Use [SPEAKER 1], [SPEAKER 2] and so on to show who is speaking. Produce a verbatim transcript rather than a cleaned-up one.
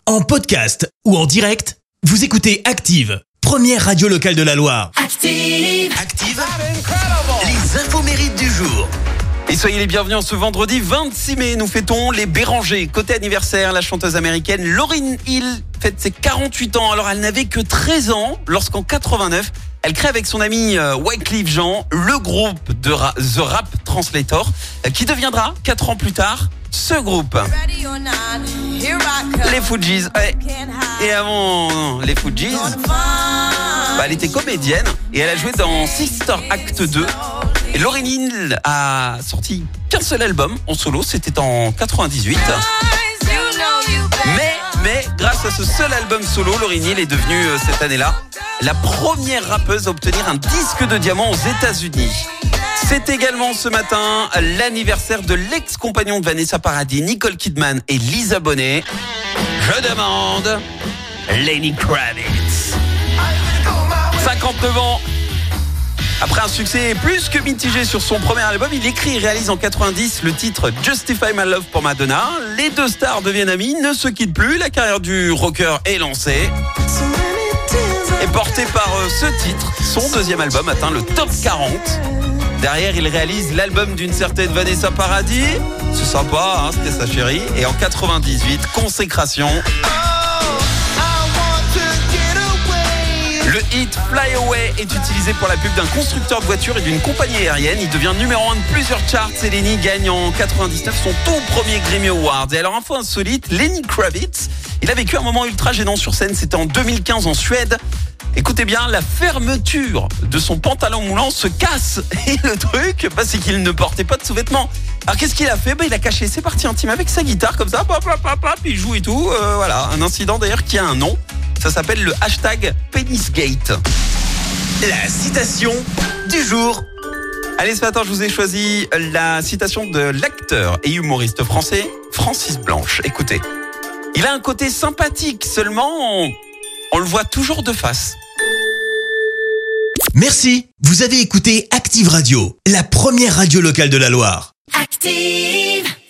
[SPEAKER 1] En podcast ou en direct, vous écoutez Active, première radio locale de la Loire.
[SPEAKER 2] Active,
[SPEAKER 1] Active, les infos mérites du jour.
[SPEAKER 3] Et soyez les bienvenus en ce vendredi vingt-six mai. Nous fêtons les Bérangers. Côté anniversaire, la chanteuse américaine Lauryn Hill fête ses quarante-huit ans. Alors elle n'avait que treize ans lorsqu'en quatre-vingt-neuf, elle crée avec son ami Wyclef Jean le groupe de ra- The Rap Translator, qui deviendra quatre ans plus tard ce groupe. Les Fugees. Ouais. Et avant les Fugees, bah, elle était comédienne et elle a joué dans Sister Act deux. Et Lauryn Hill a sorti qu'un seul album en solo, c'était en quatre-vingt-dix-huit. Mais, mais, grâce à ce seul album solo, Lauryn Hill est devenue euh, cette année-là la première rappeuse à obtenir un disque de diamant aux États-Unis. C'est également ce matin l'anniversaire de l'ex-compagnon de Vanessa Paradis, Nicole Kidman et Lisa Bonet. Je demande Lenny Kravitz. cinquante-neuf ans. Après un succès plus que mitigé sur son premier album, il écrit et réalise en quatre-vingt-dix le titre Justify My Love pour Madonna. Les deux stars deviennent amis, ne se quittent plus, la carrière du rocker est lancée. Et porté par ce titre, son deuxième album atteint le top quarante. Derrière, il réalise l'album d'une certaine Vanessa Paradis. C'est sympa, hein, c'était sa chérie. Et en quatre-vingt-dix-huit, consécration. Le hit Fly Away est utilisé pour la pub d'un constructeur de voitures et d'une compagnie aérienne. Il devient numéro un de plusieurs charts et Lenny gagne en quatre-vingt-dix-neuf son tout premier Grammy Award. Et alors, info insolite, Lenny Kravitz, il a vécu un moment ultra gênant sur scène. C'était en deux mille quinze en Suède. Écoutez bien, la fermeture de son pantalon moulant se casse. Et le truc, bah, c'est qu'il ne portait pas de sous-vêtements. Alors qu'est-ce qu'il a fait ? Bah, il a caché ses parties intimes avec sa guitare comme ça, pop, pop, pop, pop, puis il joue et tout. Euh, voilà, un incident d'ailleurs qui a un nom. Ça s'appelle le hashtag Penisgate.
[SPEAKER 1] La citation du jour.
[SPEAKER 3] Allez, ce matin, je vous ai choisi la citation de l'acteur et humoriste français Francis Blanche. Écoutez, il a un côté sympathique, seulement on, on le voit toujours de face.
[SPEAKER 1] Merci, vous avez écouté Active Radio, la première radio locale de la Loire.
[SPEAKER 2] Active.